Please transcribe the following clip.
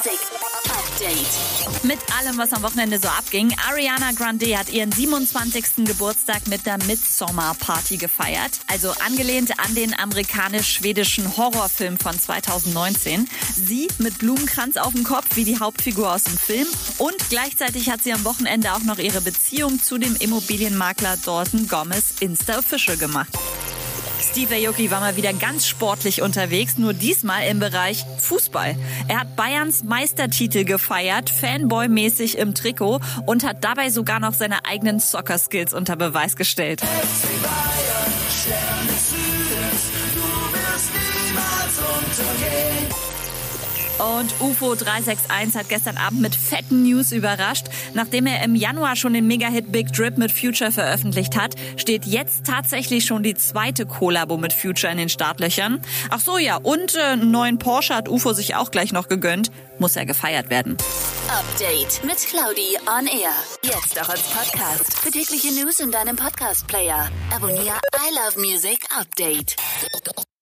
Music Update. Mit allem, was am Wochenende so abging. Ariana Grande hat ihren 27. Geburtstag mit der Midsommar-Party gefeiert. Also angelehnt an den amerikanisch-schwedischen Horrorfilm von 2019. Sie mit Blumenkranz auf dem Kopf wie die Hauptfigur aus dem Film. Und gleichzeitig hat sie am Wochenende auch noch ihre Beziehung zu dem Immobilienmakler Dalton Gomez Insta-Official gemacht. Steve Aoki war mal wieder ganz sportlich unterwegs, nur diesmal im Bereich Fußball. Er hat Bayerns Meistertitel gefeiert, Fanboy-mäßig im Trikot und hat dabei sogar noch seine eigenen Soccer-Skills unter Beweis gestellt. FC Bayern, Stern des Südens, du wirst niemals untergehen. Und UFO 361 hat gestern Abend mit fetten News überrascht. Nachdem er im Januar schon den Mega-Hit Big Drip mit Future veröffentlicht hat, steht jetzt tatsächlich schon die zweite Kollabo mit Future in den Startlöchern. Ach so, ja, und einen neuen Porsche hat UFO sich auch gleich noch gegönnt. Muss er gefeiert werden. Update mit Claudi on Air. Jetzt auch als Podcast. Für tägliche News in deinem Podcast-Player. Abonniere I Love Music Update.